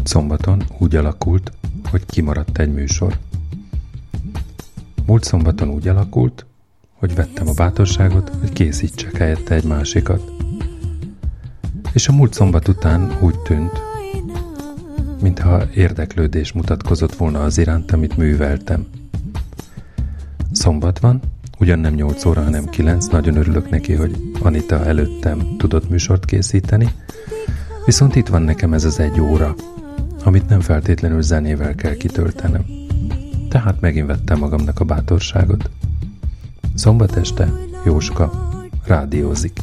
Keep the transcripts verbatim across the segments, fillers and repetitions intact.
Múlt szombaton úgy alakult, hogy kimaradt egy műsor. Múlt szombaton úgy alakult, hogy vettem a bátorságot, hogy készítsek helyette egy másikat. És a múlt szombat után úgy tűnt, mintha érdeklődés mutatkozott volna az iránt, amit műveltem. Szombat van, ugyan nem nyolc óra, hanem kilenc, nagyon örülök neki, hogy Anita előttem tudott műsort készíteni, viszont itt van nekem ez az egy óra, amit nem feltétlenül zenével kell kitöltenem. Tehát megint vettem magamnak a bátorságot. Szombat este Jóska rádiózik.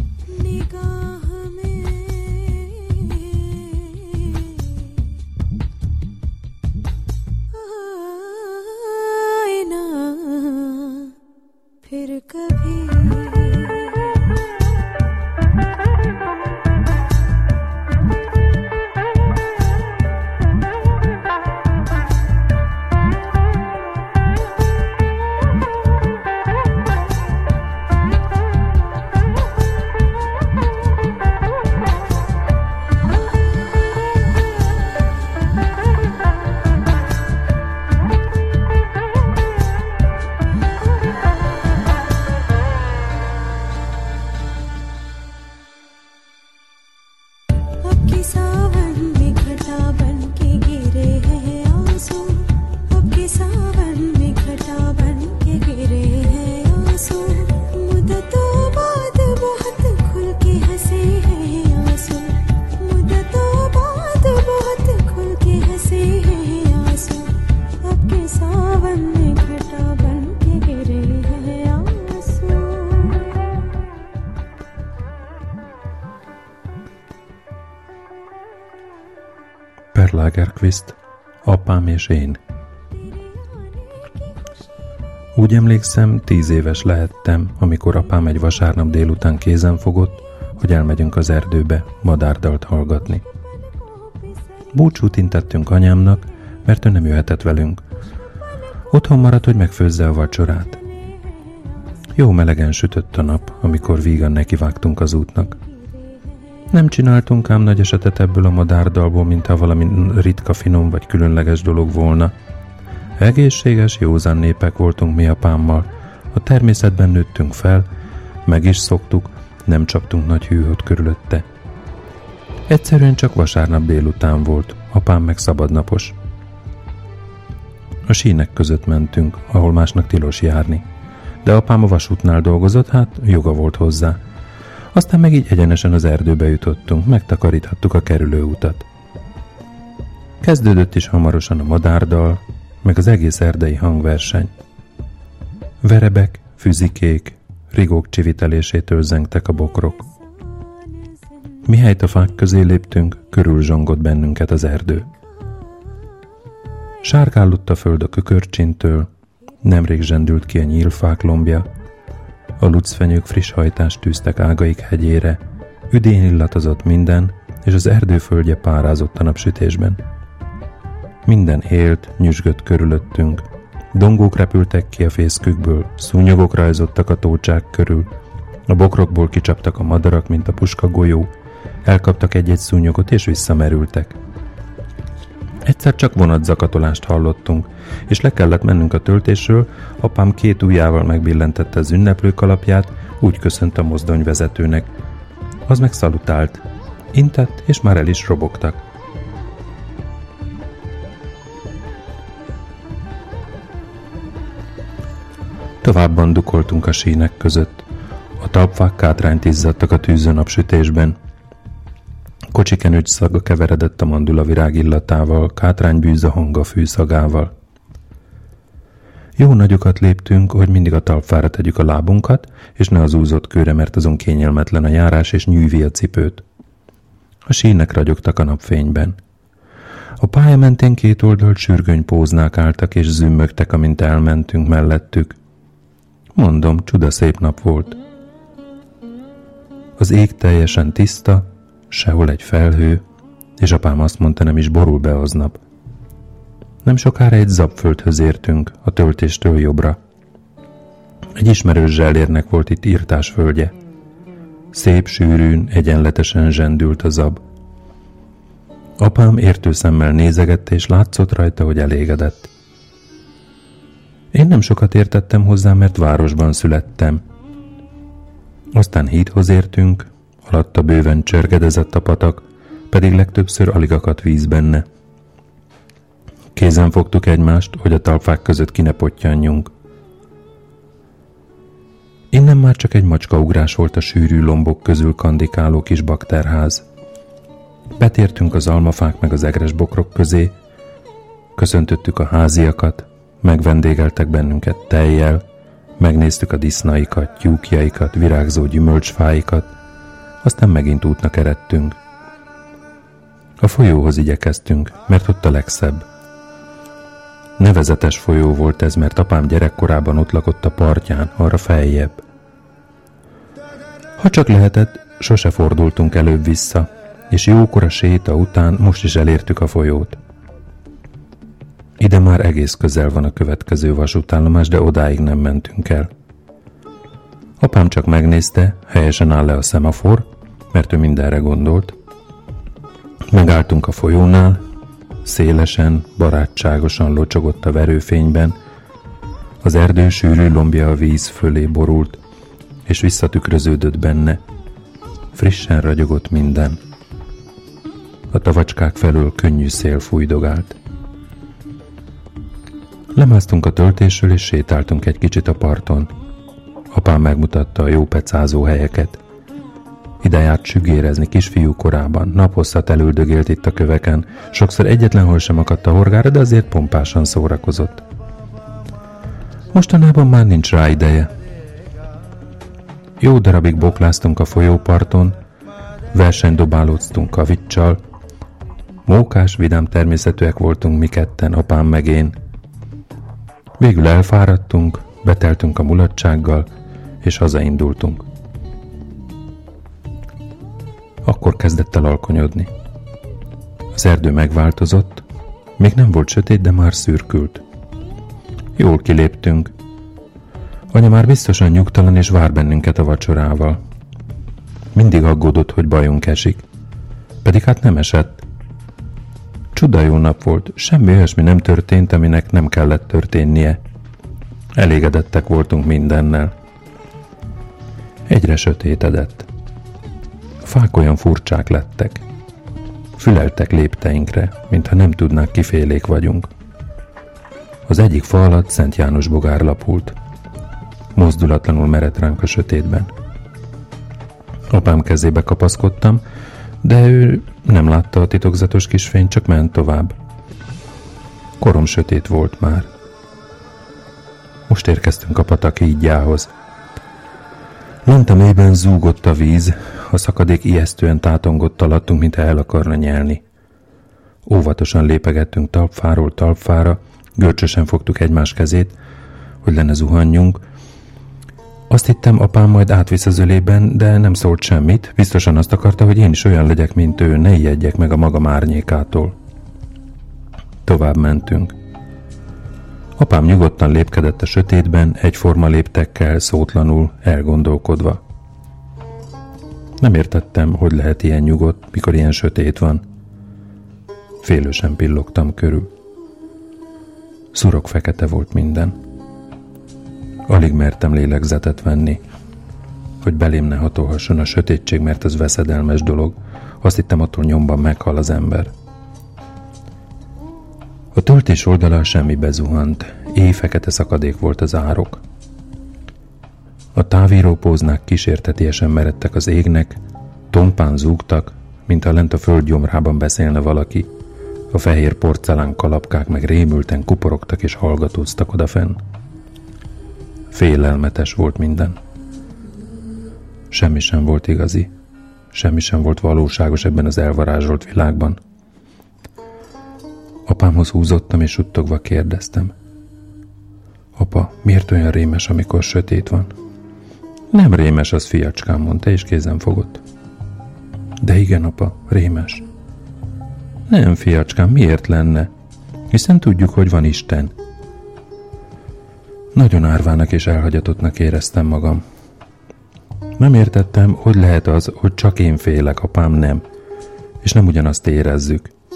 Lagerkvist, Apám és én. Úgy emlékszem, tíz éves lehettem, amikor apám egy vasárnap délután kézen fogott, hogy elmegyünk az erdőbe madárdalt hallgatni. Búcsút intettünk anyámnak, mert ő nem jöhetett velünk. Otthon maradt, hogy megfőzze a vacsorát. Jó melegen sütött a nap, amikor vígan nekivágtunk az útnak. Nem csináltunk ám nagy esetet ebből a madárdalból, mintha valami ritka, finom vagy különleges dolog volna. Egészséges, józan népek voltunk mi apámmal. A természetben nőttünk fel, meg is szoktuk, nem csaptunk nagy hűhöt körülötte. Egyszerűen csak vasárnap délután volt, apám meg szabadnapos. A sínek között mentünk, ahol másnak tilos járni. De apám a vasútnál dolgozott, hát joga volt hozzá. Aztán meg így egyenesen az erdőbe jutottunk, megtakaríthattuk a kerülőutat. Kezdődött is hamarosan a madárdal, meg az egész erdei hangverseny. Verebek, füzikék, rigók csivitelésétől zengtek a bokrok. Mihelyt a fák közé léptünk, körülzsongott bennünket az erdő. Sárgállott a föld a kökörcsintől, nemrég zsendült ki a nyílfák lombja, a lucfenyők friss hajtást tűztek ágaik hegyére, üdén illatozott minden, és az erdő földje párázott a napsütésben. Minden élt, nyüzsgött körülöttünk, dongók repültek ki a fészkükből, szúnyogok rajzottak a tócsák körül, a bokrokból kicsaptak a madarak, mint a puskagolyó, elkaptak egy-egy szúnyogot és visszamerültek. Egyszer csak vonatzakatolást hallottunk, és le kellett mennünk a töltésről, apám két ujjával megbillentette az ünneplő kalapját, úgy köszönt a mozdonyvezetőnek. Az meg szalutált. Intett, és már el is robogtak. Tovább bandukoltunk a sínek között. A talpfák kátrányt izzadtak a tűző napsütésben. Kocsikenőcs szaga keveredett a mandulavirág illatával, kátránybűz a hanga fűszagával. Jó nagyokat léptünk, hogy mindig a talpfára tegyük a lábunkat, és ne az úzott kőre, mert azon kényelmetlen a járás, és nyűvi a cipőt. A sínek ragyogtak a napfényben. A pálya mentén két oldalt sürgönypóznák álltak, és zümmögtek, amint elmentünk mellettük. Mondom, csudaszép nap volt. Az ég teljesen tiszta, sehol egy felhő, és apám azt mondta, nem is borul be aznap. Nem sokára egy zabföldhöz értünk, a töltéstől jobbra. Egy ismerős zsellérnek volt itt írtásföldje. Szép, sűrűn, egyenletesen zsendült a zab. Apám értő szemmel nézegette, és látszott rajta, hogy elégedett. Én nem sokat értettem hozzá, mert városban születtem. Aztán hídhoz értünk, alatta bőven csörgedezett a patak, pedig legtöbbször alig akadt víz benne. Kézen fogtuk egymást, hogy a talpfák között ki ne pottyanjunk. Innen már csak egy macskaugrás volt a sűrű lombok közül kandikáló kis bakterház. Betértünk az almafák meg az egres bokrok közé, köszöntöttük a háziakat, megvendégeltek bennünket tejjel, megnéztük a disznaikat, tyúkjaikat, virágzó gyümölcsfáikat, aztán megint útnak eredtünk. A folyóhoz igyekeztünk, mert ott a legszebb. Nevezetes folyó volt ez, mert apám gyerekkorában ott lakott a partján, arra feljebb. Ha csak lehetett, sose fordultunk előbb-vissza, és jókora séta után most is elértük a folyót. Ide már egész közel van a következő vasútállomás, de odáig nem mentünk el. Apám csak megnézte, helyesen áll le a szemafor, mert ő mindenre gondolt. Megálltunk a folyónál, szélesen, barátságosan locsogott a verőfényben, az erdő sűrű lombja a víz fölé borult, és visszatükröződött benne. Frissen ragyogott minden. A tavacskák felől könnyű szél fújdogált. Lemásztunk a töltésről, és sétáltunk egy kicsit a parton. Apám megmutatta a jó pecázó helyeket. Ide járt sügérezni kisfiú korában, naphosszat elüldögélt itt a köveken, sokszor egyetlen hol sem akadt a horgára, de azért pompásan szórakozott. Mostanában már nincs rá ideje. Jó darabig bokláztunk a folyóparton, versenydobálóztunk kavicsal, mókás, vidám természetűek voltunk mi ketten, apám meg én. Végül elfáradtunk, beteltünk a mulatsággal, és hazaindultunk. Akkor kezdett el alkonyodni. Az erdő megváltozott, még nem volt sötét, de már szürkült. Jól kiléptünk. Anya már biztosan nyugtalan, és vár bennünket a vacsorával. Mindig aggódott, hogy bajunk esik. Pedig hát nem esett. Csuda jó nap volt, semmi olyasmi nem történt, aminek nem kellett történnie. Elégedettek voltunk mindennel. Egyre sötétedett. A fák olyan furcsák lettek. Füleltek lépteinkre, mintha nem tudnák, kifélék vagyunk. Az egyik fa alatt Szent János bogár lapult. Mozdulatlanul merett ránk a sötétben. Apám kezébe kapaszkodtam, de ő nem látta a titokzatos kis fényt, csak ment tovább. Korom sötét volt már. Most érkeztünk a patak hídjához. Lent a mélyben zúgott a víz, a szakadék ijesztően tátongott alattunk, mintha el akarna nyelni. Óvatosan lépegettünk talpfáról talpfára, görcsösen fogtuk egymás kezét, hogy le ne zuhanjunk. Azt hittem, apám majd átvisz az ölében, de nem szólt semmit, biztosan azt akarta, hogy én is olyan legyek, mint ő, ne ijedjek meg a magam árnyékától. Tovább mentünk. Apám nyugodtan lépkedett a sötétben, egyforma léptekkel, szótlanul, elgondolkodva. Nem értettem, hogy lehet ilyen nyugodt, mikor ilyen sötét van. Félősen pillogtam körül. Szurok fekete volt minden. Alig mertem lélegzetet venni, hogy belém ne hatolhasson a sötétség, mert ez veszedelmes dolog. Azt hittem, attól nyomban meghal az ember. A töltés oldala semmi bezuhant, éjfekete szakadék volt az árok. A távírópóznák kísértetiesen meredtek az égnek, tompán zúgtak, mintha lent a föld gyomrában beszélne valaki. A fehér porcelán kalapkák meg rémülten kuporogtak és hallgatóztak odafenn. Félelmetes volt minden. Semmi sem volt igazi, semmi sem volt valóságos ebben az elvarázsolt világban. Apámhoz húzottam, és suttogva kérdeztem. Apa, miért olyan rémes, amikor sötét van? Nem rémes az, fiacskám, mondta, és kézen fogott. De igen, apa, rémes. Nem, fiacskám, miért lenne? Hiszen tudjuk, hogy van Isten. Nagyon árvának és elhagyatottnak éreztem magam. Nem értettem, hogy lehet az, hogy csak én félek, apám nem, és nem ugyanazt érezzük.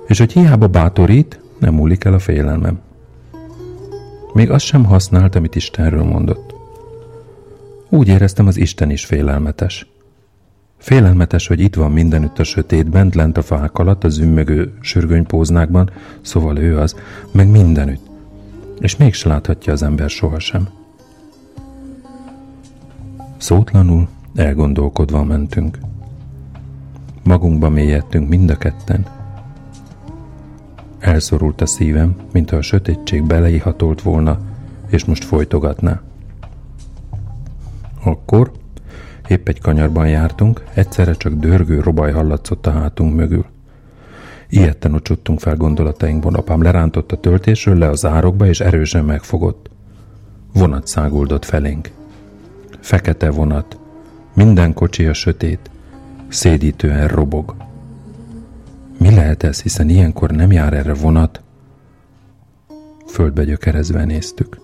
És hogy hiába bátorít, nem múlik el a félelmem. Még azt sem használt, amit Istenről mondott. Úgy éreztem, az Isten is félelmetes. Félelmetes, hogy itt van mindenütt a sötét, bent lent a fák alatt, a zümmögő sürgönypóznákban, szóval ő az, meg mindenütt. És mégis láthatja az ember sohasem. Szótlanul, elgondolkodva mentünk. Magunkba mélyedtünk mind a ketten. Elszorult a szívem, mintha a sötétség beleighatolt volna, és most folytogatná. Akkor épp egy kanyarban jártunk, egyszerre csak dörgő robaj hallatszott a hátunk mögül. Ijedten ocsuttunk fel gondolatainkból, apám lerántott a töltésről le az árokba, és erősen megfogott. Vonat száguldott felénk. Fekete vonat, minden kocsi a sötét, szédítően robog. Mi lehet ez, hiszen ilyenkor nem jár erre vonat? Földbe gyökerezve néztük.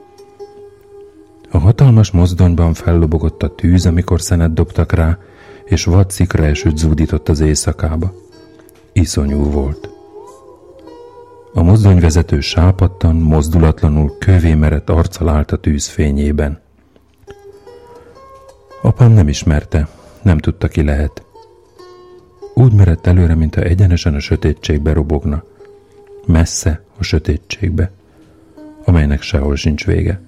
A hatalmas mozdonyban fellobogott a tűz, amikor szenet dobtak rá, és vad szikraesőt zúdított az éjszakába. Iszonyú volt. A mozdonyvezető sápadtan, mozdulatlanul, kövé merett arccal állt a tűz fényében. Apám nem ismerte, nem tudta, ki lehet. Úgy merett előre, mintha egyenesen a sötétségbe robogna. Messze a sötétségbe, amelynek sehol sincs vége.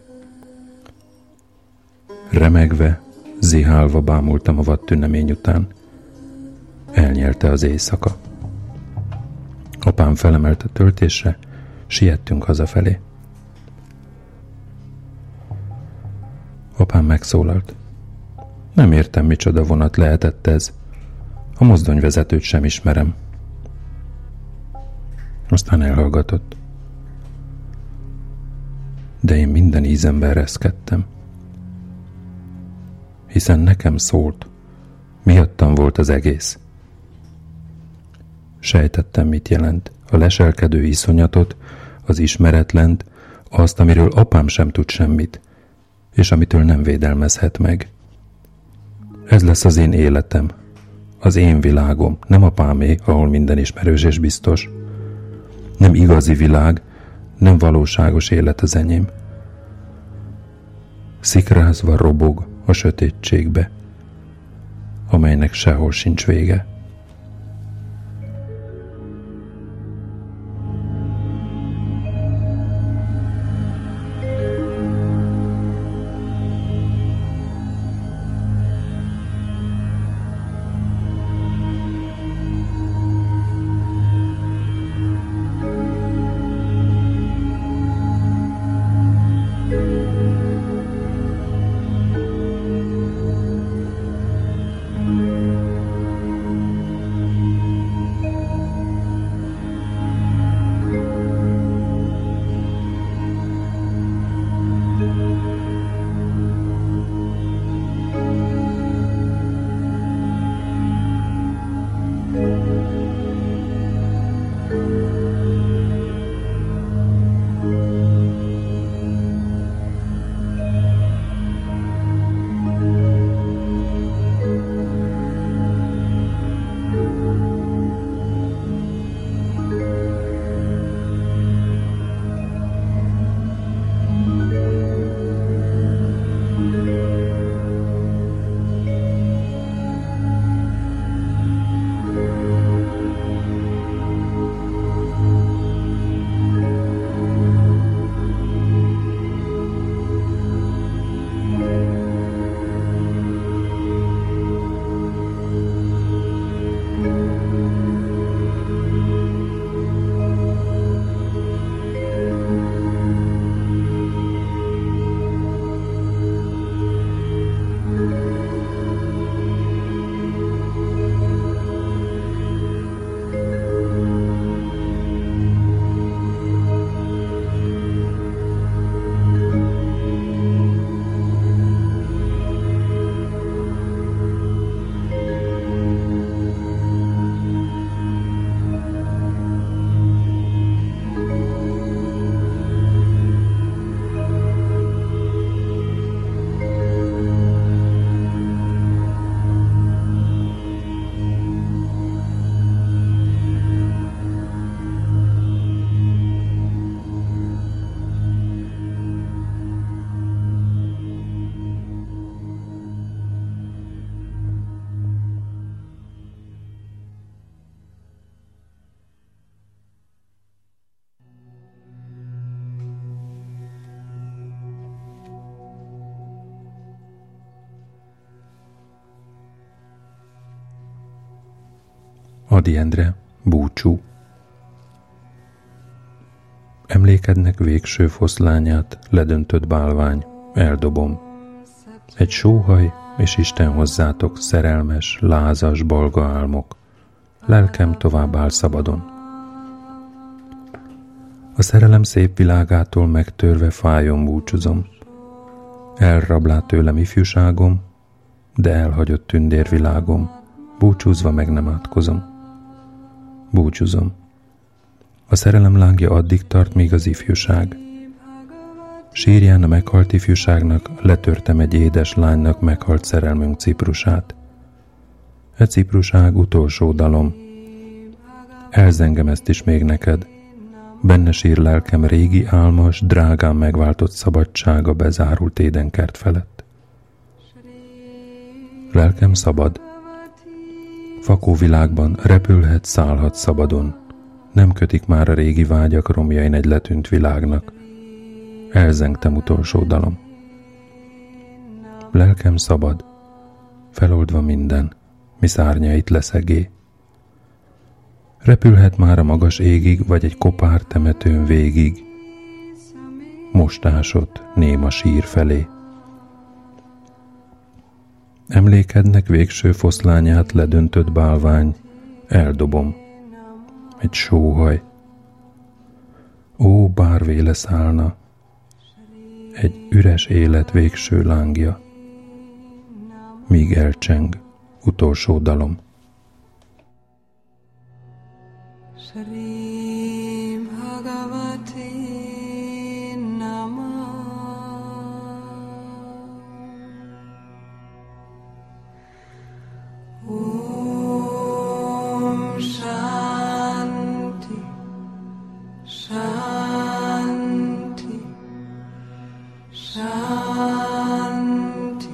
Remegve, zihálva bámultam a vadtünemény után. Elnyelte az éjszaka. Apám felemelt a töltésre, siettünk hazafelé. Apám megszólalt. Nem értem, micsoda vonat lehetett ez. A mozdonyvezetőt sem ismerem. Aztán elhallgatott. De én minden ízemben reszkedtem. Hiszen nekem szólt. Miattam volt az egész. Sejtettem, mit jelent. A leselkedő iszonyatot, az ismeretlent, azt, amiről apám sem tud semmit, és amitől nem védelmezhet meg. Ez lesz az én életem, az én világom, nem apámé, ahol minden ismerős és biztos. Nem igazi világ, nem valóságos élet az enyém. Szikrázva robog a sötétségbe, amelynek sehol sincs vége. Ady Endre, búcsú. Emlékednek végső foszlányát, ledöntött bálvány, eldobom. Egy sóhaj, és Isten hozzátok szerelmes, lázas, balga álmok. Lelkem tovább áll szabadon. A szerelem szép világától megtörve fájon búcsúzom. Elrablá tőlem ifjúságom, de elhagyott tündérvilágom, búcsúzva meg nem átkozom. Búcsúzom. A szerelem lángja addig tart, míg az ifjúság. Sírján a meghalt ifjúságnak letörtem egy édes lánynak meghalt szerelmünk ciprusát. E cipruság utolsó dalom. Elzengem ezt is még neked. Benne sír lelkem régi álmas, drágán megváltott szabadsága bezárult édenkert felett. Lelkem szabad. Fakó világban repülhet, szállhat szabadon. Nem kötik már a régi vágyak romjain egy letűnt világnak. Elzengtem utolsó dalom. Lelkem szabad, feloldva minden, mi szárnyait leszegé. Repülhet már a magas égig, vagy egy kopár temetőn végig. Most ásott néma sír felé. Emlékednek végső foszlányát ledöntött bálvány, eldobom. Egy sóhaj. Ó, bár véle szállna, egy üres élet végső lángja, míg elcseng utolsó dalom. Shri Bhagavate Namah. Om Shanti Shanti Shanti.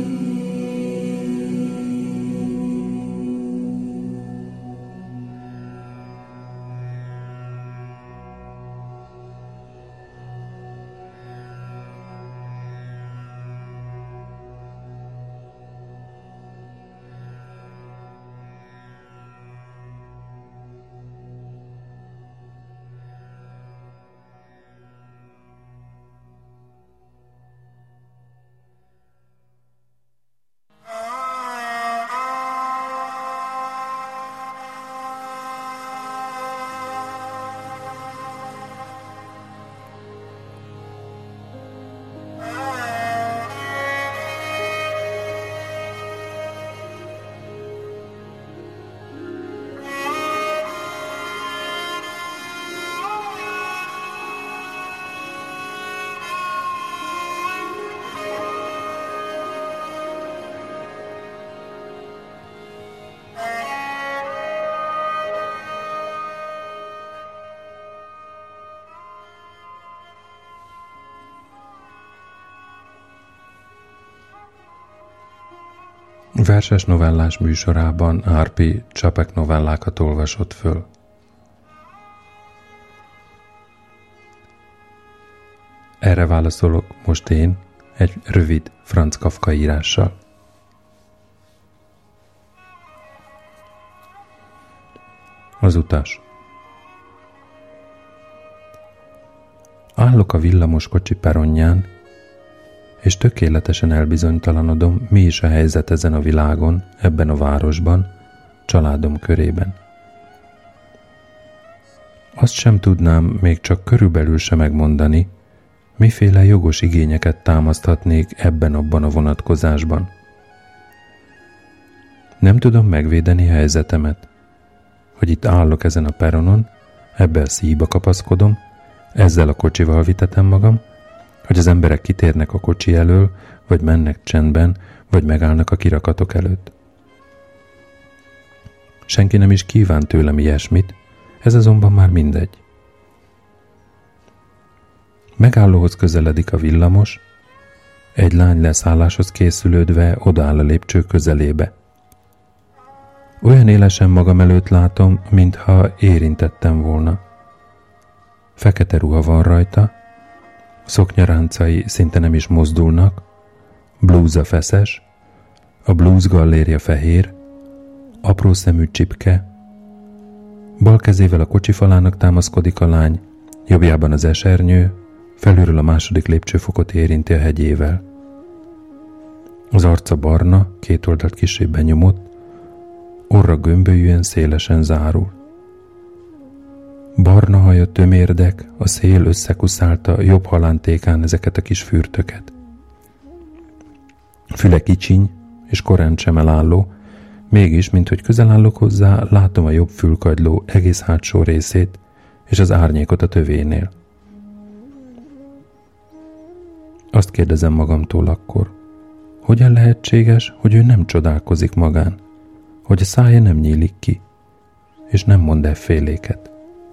Verses novellás műsorában Árpi Csapek novellákat olvasott föl. Erre válaszolok most én egy rövid Franz Kafka írással. Az utas. Állok a villamoskocsi peronján, és tökéletesen elbizonytalanodom, mi is a helyzet ezen a világon, ebben a városban, családom körében. Azt sem tudnám még csak körülbelül se megmondani, miféle jogos igényeket támaszthatnék ebben-abban a vonatkozásban. Nem tudom megvédeni helyzetemet, hogy itt állok ezen a peronon, ebbe a szíjba kapaszkodom, ezzel a kocsival vitetem magam, hogy az emberek kitérnek a kocsi elől, vagy mennek csendben, vagy megállnak a kirakatok előtt. Senki nem is kíván tőlem ilyesmit, ez azonban már mindegy. Megállóhoz közeledik a villamos, egy lány leszálláshoz készülődve odaáll a lépcső közelébe. Olyan élesen magam előtt látom, mintha érintettem volna. Fekete ruha van rajta, szoknyaráncai szinte nem is mozdulnak, blúza feszes, a blúz gallérja fehér, apró szemű csipke, Bal kezével a kocsifalának támaszkodik a lány, jobbjában az esernyő, felülről a második lépcsőfokot érinti a hegyével. Az arca barna, két oldalt kissé benyomott, orra gömbölyűen szélesen zárul. Barna haja tömérdek, a szél összekuszálta jobb halántékán ezeket a kis fürtöket. Füle kicsiny és korán sem elálló, mégis, minthogy közel állok hozzá, látom a jobb fülkagyló egész hátsó részét és az árnyékot a tövénél. Azt kérdezem magamtól akkor, hogyan lehetséges, hogy ő nem csodálkozik magán, hogy a szája nem nyílik ki, és nem mond efféléket.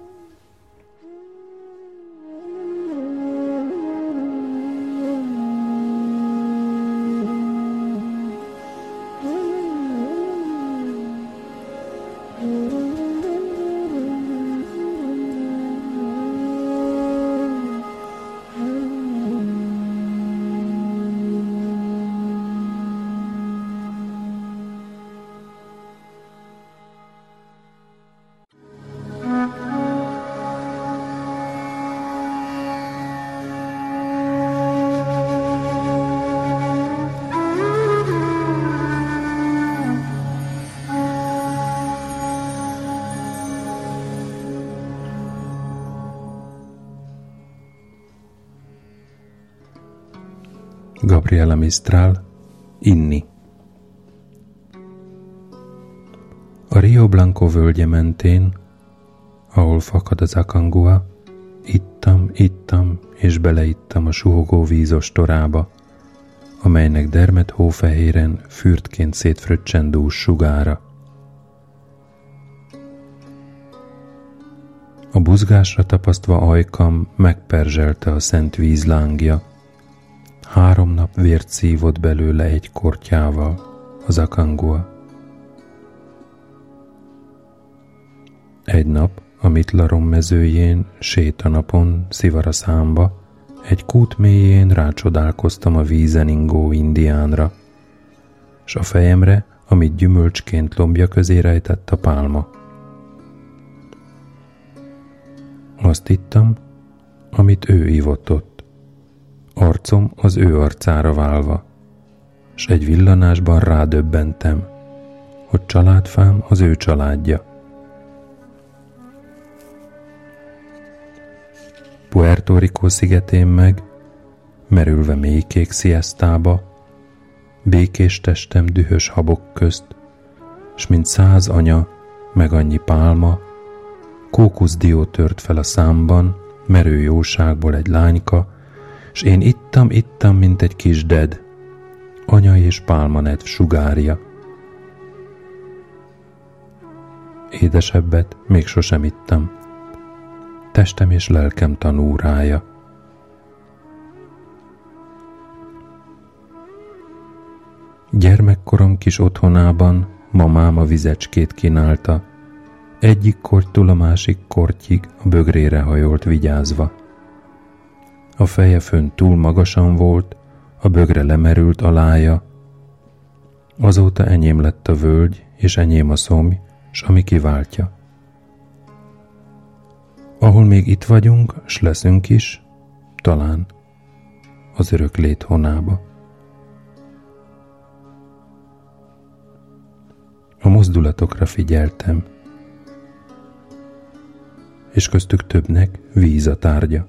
Gabriela Mistral, Inni. A Rio Blanco völgye mentén, ahol fakad az Aconcagua, ittam, ittam és beleittam a suhogó víz ostorába, amelynek dermed hófehéren fürtként szétfröccsent dús sugára. A buzgásra tapasztva ajkam megperzselte a szent víz lángja. Három nap vért szívott belőle egy kortyával az Aconcagua. Egy nap a Mitlarom mezőjén, sétanapon, Szivaraszánba, egy kút mélyén rácsodálkoztam a vízen ingó indiánra, s a fejemre, amit gyümölcsként lombja közé rejtett a pálma. Azt ittam, amit ő ivott ott, arcom az ő arcára válva, s egy villanásban rádöbbentem, hogy családfám az ő családja. Puerto Rico szigetén meg, merülve mélykék sziasztába, békés testem dühös habok közt, s mint száz anya, meg annyi pálma, kókuszdió tört fel a számban, merő jóságból egy lányka, s én ittam, ittam, mint egy kis ded, anya és pálmanedv sugárja. Édesebbet még sosem ittam, testem és lelkem tanúrája. Gyermekkorom kis otthonában mamám a vizecskét kínálta, egyik kortytól a másik kortyig a bögrére hajolt vigyázva. A feje fönn túl magasan volt, a bögre lemerült alája. Azóta enyém lett a völgy, és enyém a szomj, s ami kiváltja. Ahol még itt vagyunk, s leszünk is, talán az örök lét honába. A mozdulatokra figyeltem, és köztük többnek víz a tárgya.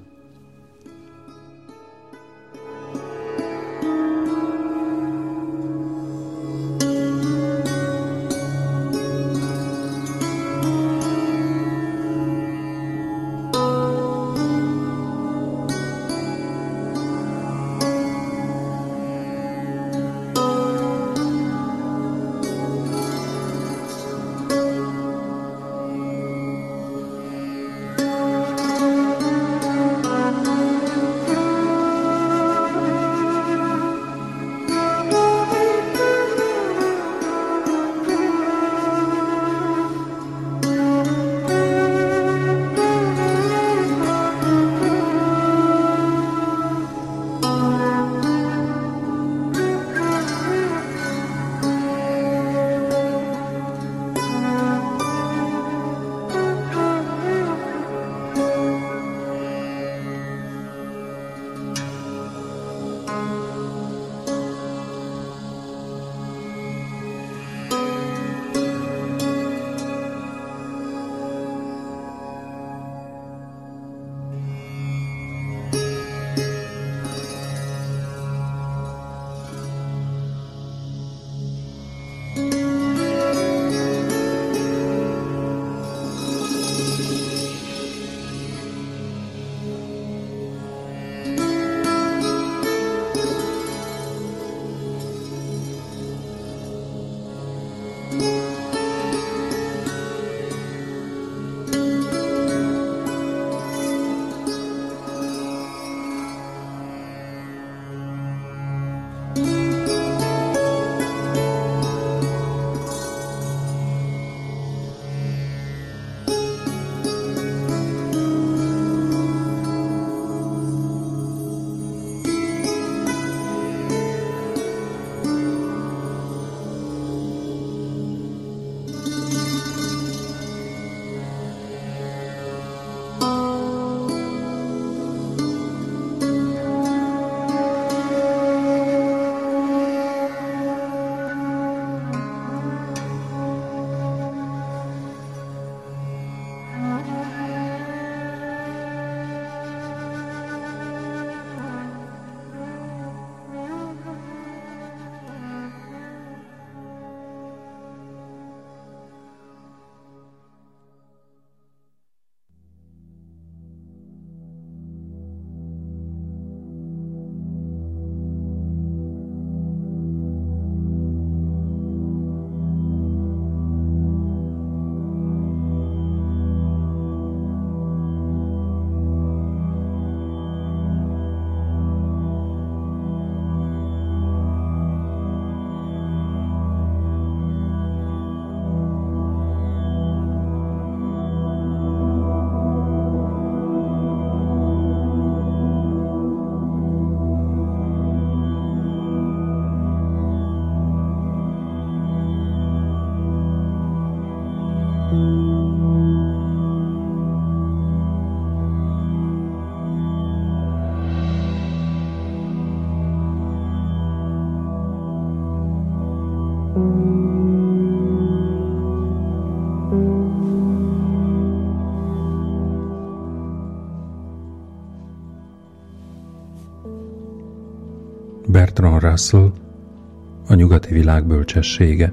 Bertrand Russell, a nyugati világ bölcsessége.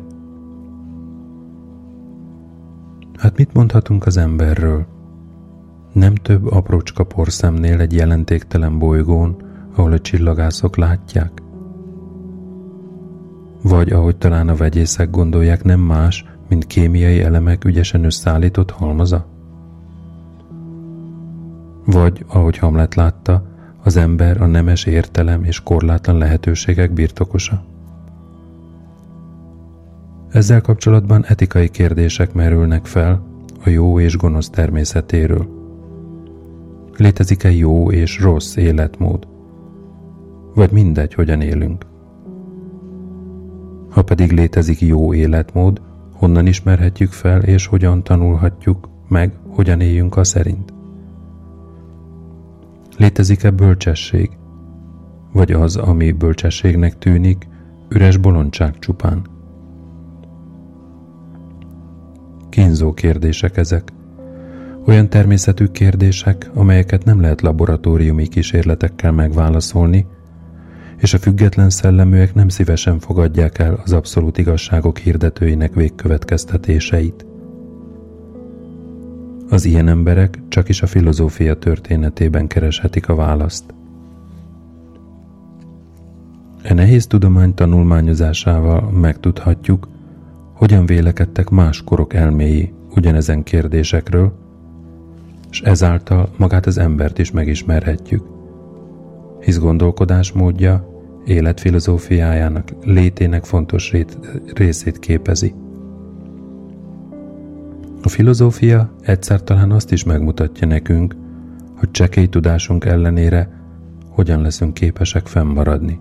Hát mit mondhatunk az emberről? Nem több aprócska porszemnél egy jelentéktelen bolygón, ahol a csillagászok látják? Vagy ahogy talán a vegyészek gondolják, nem más, mint kémiai elemek ügyesen összeállított halmaza? Vagy, ahogy Hamlet látta, az ember a nemes értelem és korlátlan lehetőségek birtokosa? Ezzel kapcsolatban etikai kérdések merülnek fel a jó és gonosz természetéről. Létezik-e jó és rossz életmód? Vagy mindegy, hogyan élünk? Ha pedig létezik jó életmód, honnan ismerhetjük fel és hogyan tanulhatjuk meg, hogyan éljünk a szerint? Létezik-e bölcsesség? Vagy az, ami bölcsességnek tűnik, üres bolondság csupán? Kínzó kérdések ezek. Olyan természetű kérdések, amelyeket nem lehet laboratóriumi kísérletekkel megválaszolni, és a független szelleműek nem szívesen fogadják el az abszolút igazságok hirdetőinek végkövetkeztetéseit. Az ilyen emberek csak is a filozófia történetében kereshetik a választ. E nehéz tudomány tanulmányozásával megtudhatjuk, hogyan vélekedtek más korok elméi ugyanezen kérdésekről, és ezáltal magát az embert is megismerhetjük, hisz gondolkodásmódja életfilozófiájának, létének fontos részét képezi. A filozófia egyszer talán azt is megmutatja nekünk, hogy csekély tudásunk ellenére hogyan leszünk képesek fennmaradni.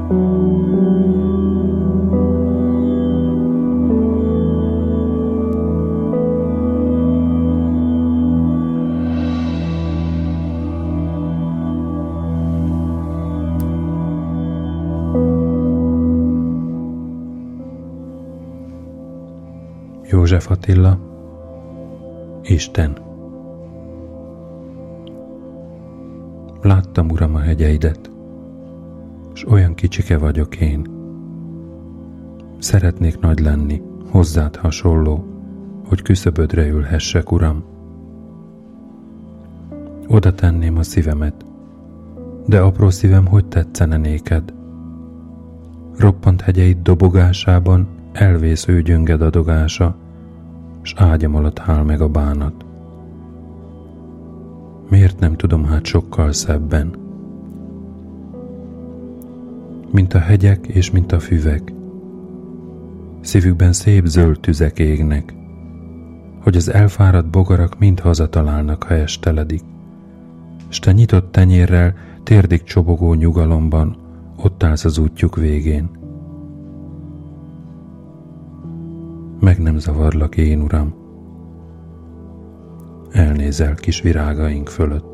József Attila, Isten. Láttam, Uram, a hegyeidet, s olyan kicsike vagyok én. Szeretnék nagy lenni, hozzád hasonló, hogy küszöbödre ülhessek, Uram. Oda tenném a szívemet, de apró szívem hogy tetszene néked? Roppant hegyeid dobogásában elvész ő gyönged adogása, s ágyam alatt hál meg a bánat. Miért nem tudom hát sokkal szebben? Mint a hegyek és mint a füvek, szívükben szép zöld tüzek égnek, hogy az elfáradt bogarak mind hazatalálnak, ha esteledik, s te nyitott tenyérrel, térdig csobogó nyugalomban ott állsz az útjuk végén. Meg nem zavarlak én, Uram. Elnézel kis virágaink fölött.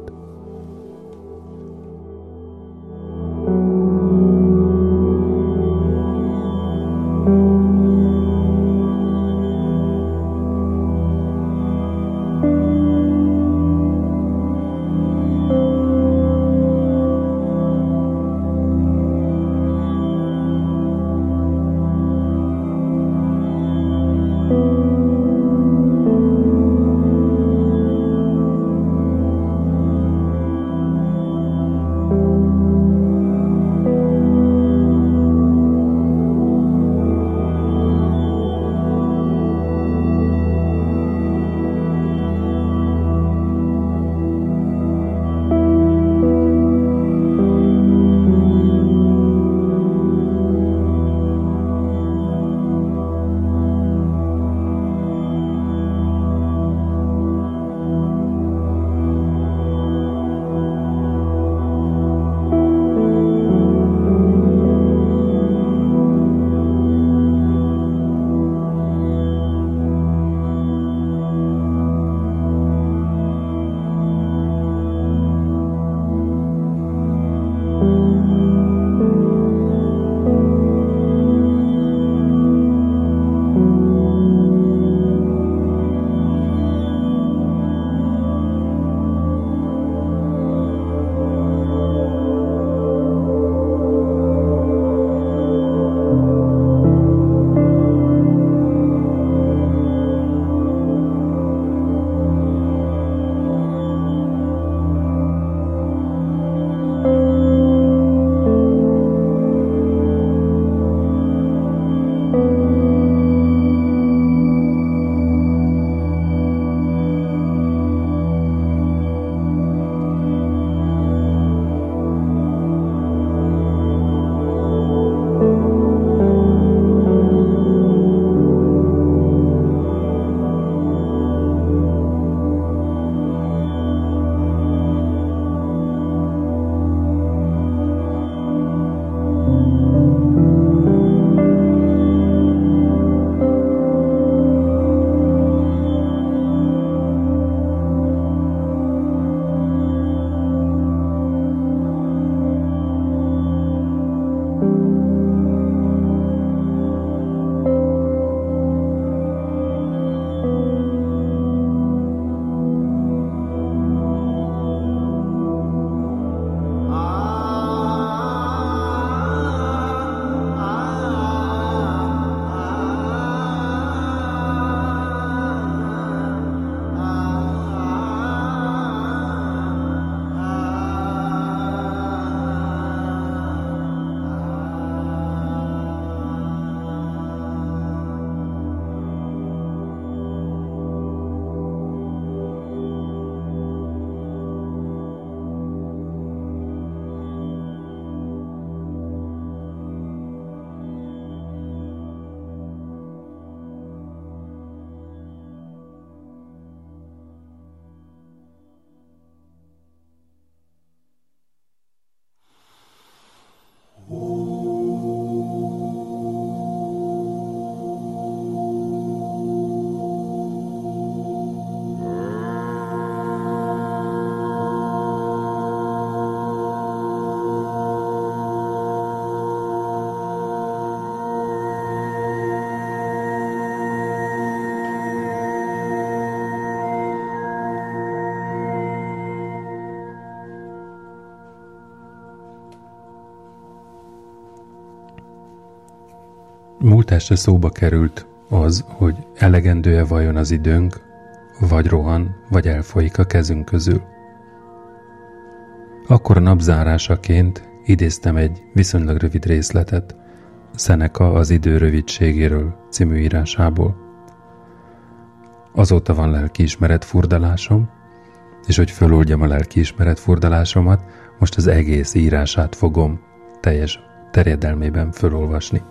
Múlt este szóba került az, hogy elegendő-e vajon az időnk, vagy rohan, vagy elfolyik a kezünk közül. Akkor a napzárásaként idéztem egy viszonylag rövid részletet Seneca Az idő rövidségéről című írásából. Azóta van lelkiismeret furdalásom, és hogy föloldjam a lelkiismeret furdalásomat, most az egész írását fogom teljes terjedelmében fölolvasni.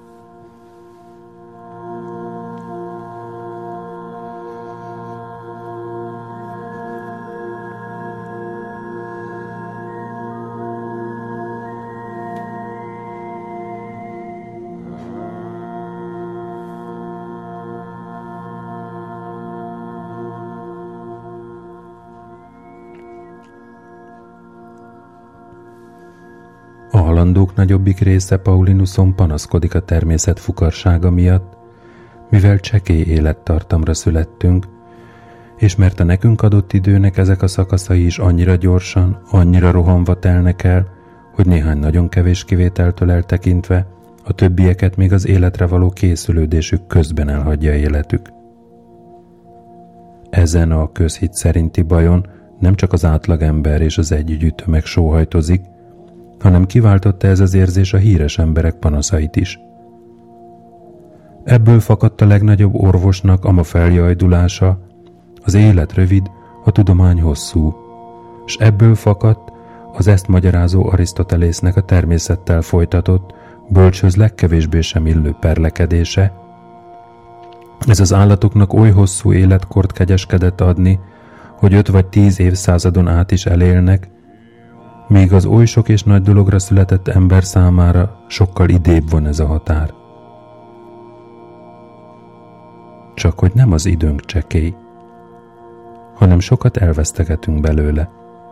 A halandók nagyobbik része Paullinuson panaszkodik a természet fukarsága miatt, mivel csekély élettartamra születtünk, és mert a nekünk adott időnek ezek a szakaszai is annyira gyorsan, annyira rohanva telnek el, hogy néhány nagyon kevés kivételtől eltekintve a többieket még az életre való készülődésük közben elhagyja életük. Ezen a közhit szerinti bajon nem csak az átlagember és az együgyű tömeg sóhajtozik, hanem kiváltotta ez az érzés a híres emberek panaszait is. Ebből fakadt a legnagyobb orvosnak ama feljajdulása, az élet rövid, a tudomány hosszú, s ebből fakadt az ezt magyarázó Arisztotelésznek a természettel folytatott, bölcshöz legkevésbé sem illő perlekedése. Ez az állatoknak oly hosszú életkort kegyeskedett adni, hogy öt vagy tíz évszázadon át is elélnek, míg az oly sok és nagy dologra született ember számára sokkal idébb van ez a határ. Csak hogy nem az időnk csekély, hanem sokat elvesztegetünk belőle.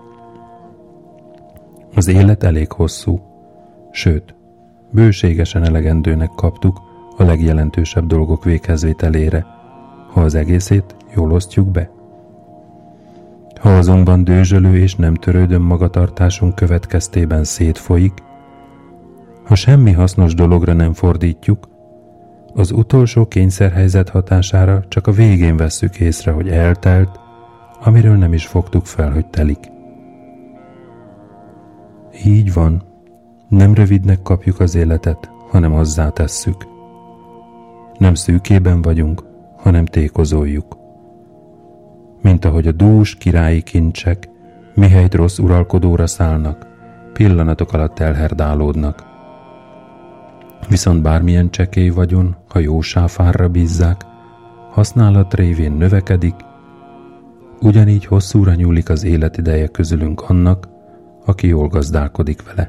Az élet elég hosszú, sőt, bőségesen elegendőnek kaptuk a legjelentősebb dolgok véghezvételére, ha az egészét jól osztjuk be. Ha azonban dőzsölő és nem törődő magatartásunk következtében szétfolyik, ha semmi hasznos dologra nem fordítjuk, az utolsó kényszerhelyzet hatására csak a végén vesszük észre, hogy eltelt, amiről nem is fogtuk fel, hogy telik. Így van, nem rövidnek kapjuk az életet, hanem azzá tesszük. Nem szűkében vagyunk, hanem tékozoljuk. Mint ahogy a dús királyi kincsek, mihelyt rossz uralkodóra szállnak, pillanatok alatt elherdálódnak. Viszont bármilyen csekély vagyon, ha jó sáfárra bízzák, használat révén növekedik, ugyanígy hosszúra nyúlik az életideje közülünk annak, aki jól gazdálkodik vele.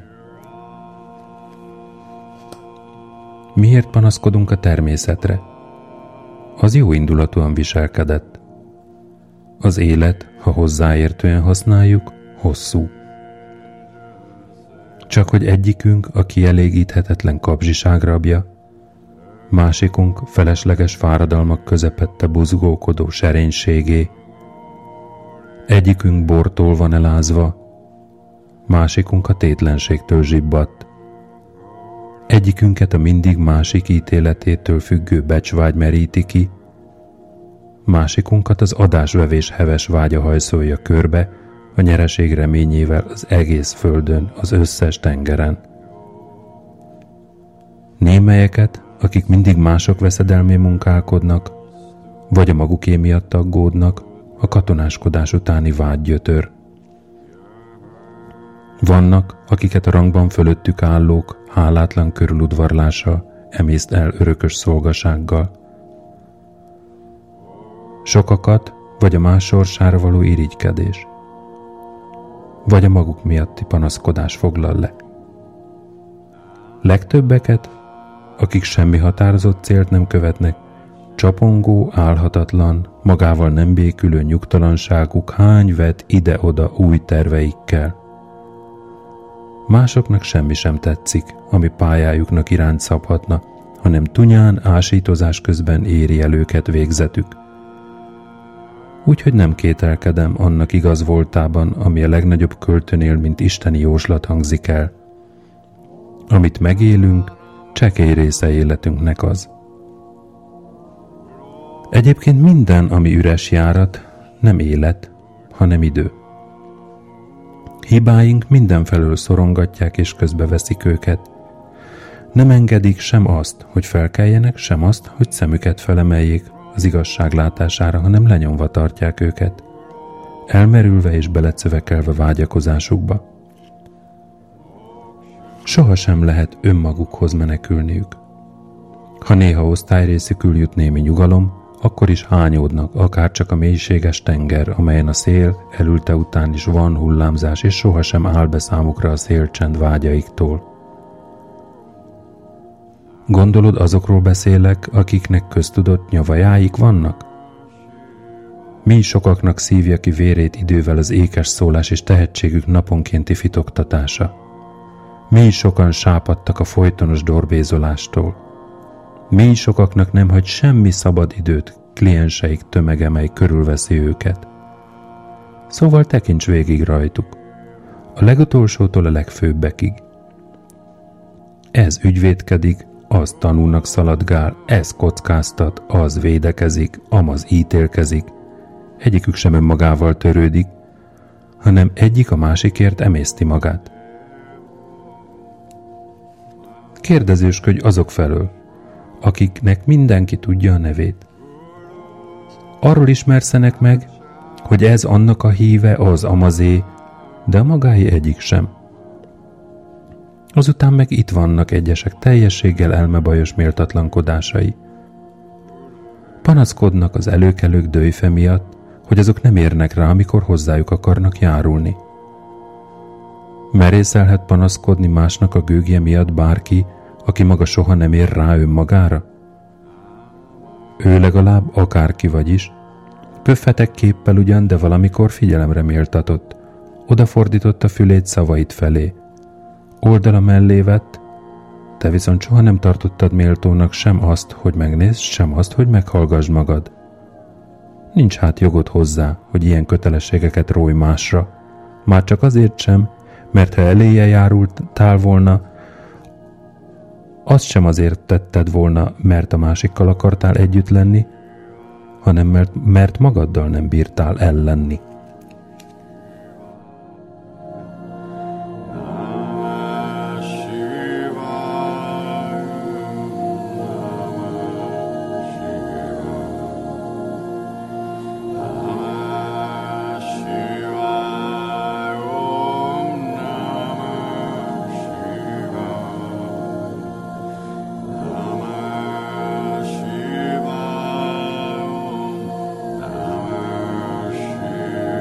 Miért panaszkodunk a természetre? Az jó indulatúan viselkedett. Az élet, ha hozzáértően használjuk, hosszú. Csak hogy egyikünk a kielégíthetetlen kapzsiság rabja, másikunk felesleges fáradalmak közepette buzgókodó serénységé, egyikünk bortól van elázva, másikunk a tétlenségtől zsibbadt, egyikünket a mindig másik ítéletétől függő becsvágy meríti ki, másikunkat az adásvevés heves vágya hajszolja körbe, a nyereség reményével az egész földön, az összes tengeren. Némelyeket, akik mindig mások veszedelmé munkálkodnak, vagy a maguké miatt aggódnak, a katonáskodás utáni vágy gyötör. Vannak, akiket a rangban fölöttük állók hálátlan körüludvarlása emészt el örökös szolgasággal. Sokakat vagy a más sorsára való irigykedés, vagy a maguk miatti panaszkodás foglal le. Legtöbbeket, akik semmi határozott célt nem követnek, csapongó, álhatatlan, magával nem békülő nyugtalanságuk hány vet ide-oda új terveikkel. Másoknak semmi sem tetszik, ami pályájuknak irányt szabhatna, hanem tunyán ásítozás közben éri el őket végzetük. Úgyhogy nem kételkedem annak igaz voltában, ami a legnagyobb költőnél, mint isteni jóslat hangzik el. Amit megélünk, csekély része életünknek az. Egyébként minden, ami üres járat, nem élet, hanem idő. Hibáink mindenfelől szorongatják és közbeveszik őket. Nem engedik sem azt, hogy felkeljenek, sem azt, hogy szemüket felemeljék az igazság látására, hanem lenyomva tartják őket, elmerülve és belecövekelve vágyakozásukba. Sohasem lehet önmagukhoz menekülniük. Ha néha osztályrészükül jut némi nyugalom, akkor is hányódnak, akárcsak a mélységes tenger, amelyen a szél elülte után is van hullámzás, és sohasem áll be számukra a szélcsend vágyaiktól. Gondolod, azokról beszélek, akiknek köztudott nyavajáik vannak? Mi sokaknak szívja ki vérét idővel az ékes szólás és tehetségük naponkénti fitoktatása. Mi sokan sápadtak a folytonos dorbézolástól. Mi sokaknak nem hagy semmi szabad időt klienseik tömege, mely körülveszi őket. Szóval tekints végig rajtuk, a legutolsótól a legfőbbekig. Ez ügyvédkedik, az tanúnak szaladgál, ez kockáztat, az védekezik, amaz ítélkezik. Egyikük sem önmagával törődik, hanem egyik a másikért emészti magát. Kérdezősködj azok felől, akiknek mindenki tudja a nevét. Arról ismerszenek meg, hogy ez annak a híve, az amazé, de a magái egyik sem. Azután meg itt vannak egyesek teljességgel elmebajos méltatlankodásai. Panaszkodnak az előkelők dőjfe miatt, hogy azok nem érnek rá, amikor hozzájuk akarnak járulni. Merészelhet panaszkodni másnak a gőgje miatt bárki, aki maga soha nem ér rá önmagára? Ő legalább akárki vagyis, pöffetek képpel ugyan, de valamikor figyelemre méltatott, odafordította fülét szavait felé. Oldala mellé vett, te viszont soha nem tartottad méltónak sem azt, hogy megnézd, sem azt, hogy meghallgassd magad. Nincs hát jogod hozzá, hogy ilyen kötelességeket rój másra, már csak azért sem, mert ha eléje járultál volna, azt sem azért tetted volna, mert a másikkal akartál együtt lenni, hanem mert, mert magaddal nem bírtál ellenni. Shiva.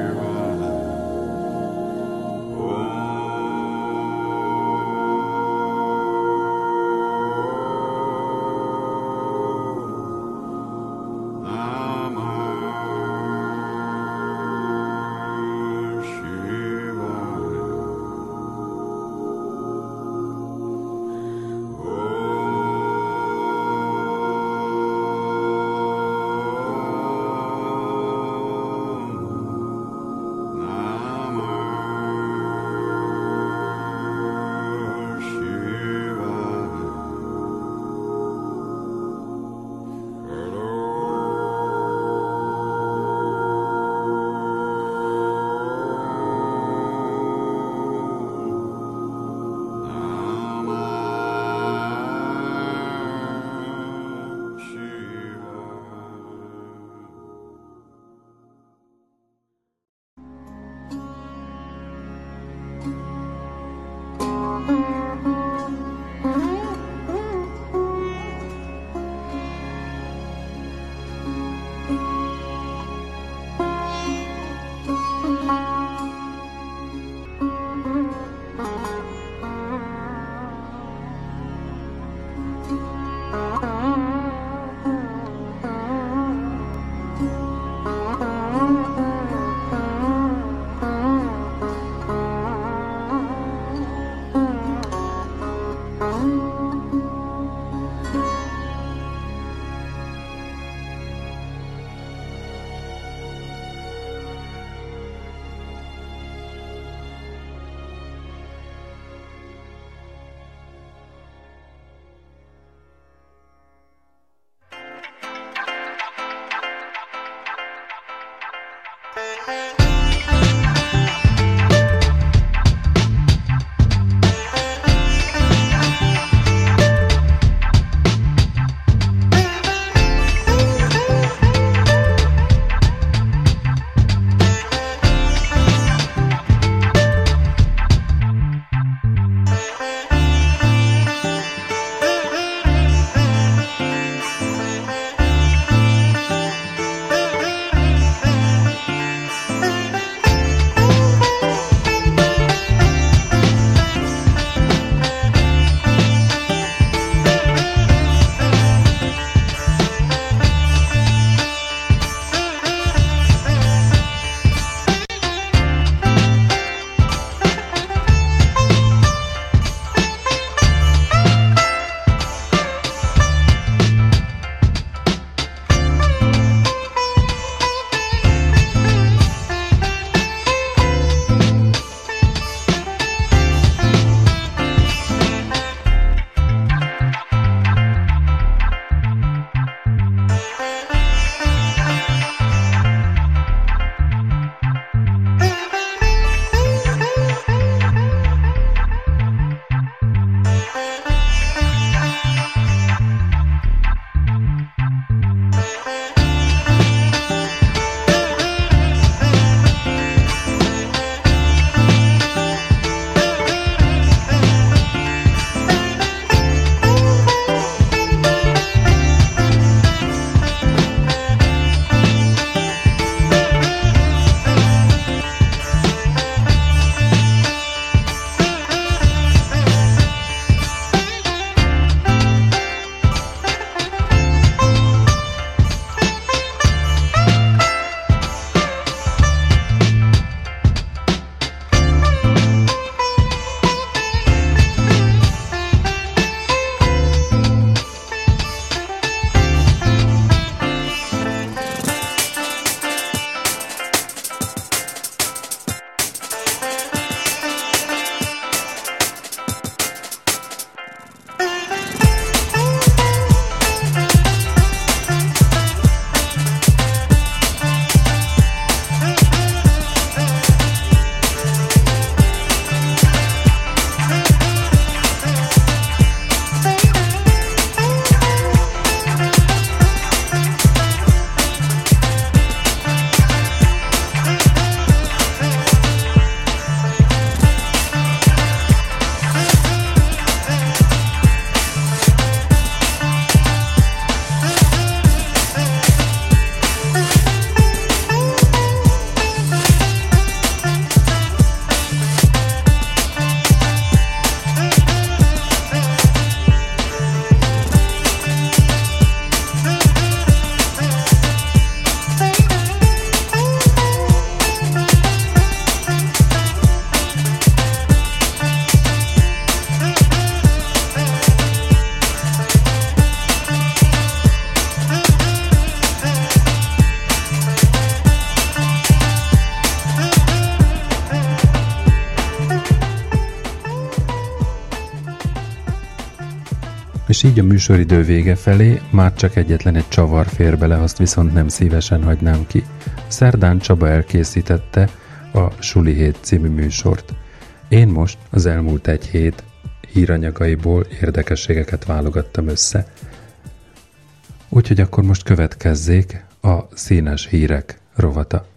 És így a műsoridő vége felé már csak egyetlen egy csavar fér bele, azt viszont nem szívesen hagynám ki. Szerdán Csaba elkészítette a Suli Hét című műsort. Én most az elmúlt egy hét híranyagaiból érdekességeket válogattam össze. Úgyhogy akkor most következzék a színes hírek rovata.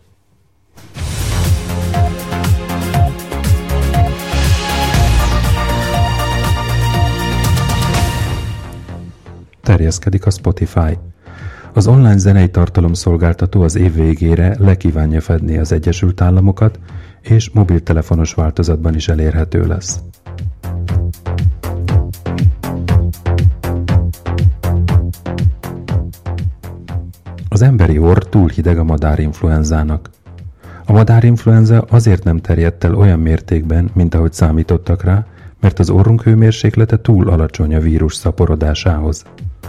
Terjeszkedik a Spotify. Az online zenei tartalomszolgáltató az év végére lekívánja fedni az Egyesült Államokat, és mobiltelefonos változatban is elérhető lesz. Az emberi orr túl hideg a madárinfluenzának. A madárinfluenza azért nem terjedt el olyan mértékben, mint ahogy számítottak rá, mert az orrunk hőmérséklete túl alacsony a vírus szaporodásához.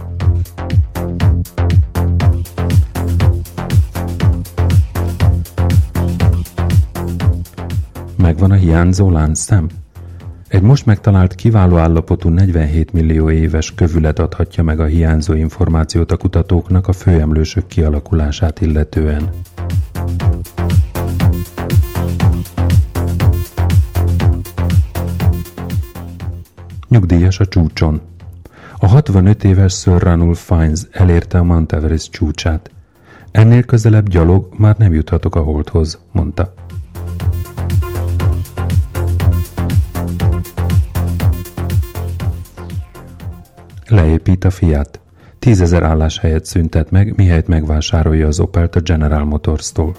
Megvan a hiányzó láncszem? Egy most megtalált kiváló állapotú negyvenhét millió éves kövület adhatja meg a hiányzó információt a kutatóknak a főemlősök kialakulását illetően. Nyugdíjas a csúcson. A hatvanöt éves Sir Ranulph Fiennes elérte a Mount Everest csúcsát. Ennél közelebb gyalog már nem juthatok a Holdhoz, mondta. Leépít a Fiat. Tízezer álláshelyet szüntet meg, mihelyt megvásárolja az Opelt a General Motors-tól.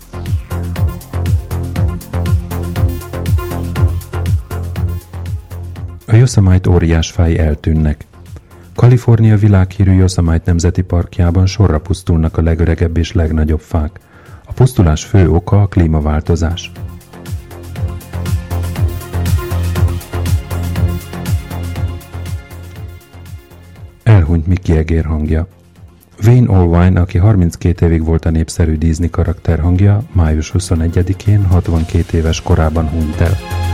A Yosemite óriásfái eltűnnek. Kalifornia világhírű Yosemite nemzeti parkjában sorra pusztulnak a legöregebb és legnagyobb fák. A pusztulás fő oka a klímaváltozás. Elhunyt Mickey egér hangja. Wayne Allwine, aki harminckét évig volt a népszerű Disney karakter hangja, május huszonegyedikén hatvankét éves korában hunyt el.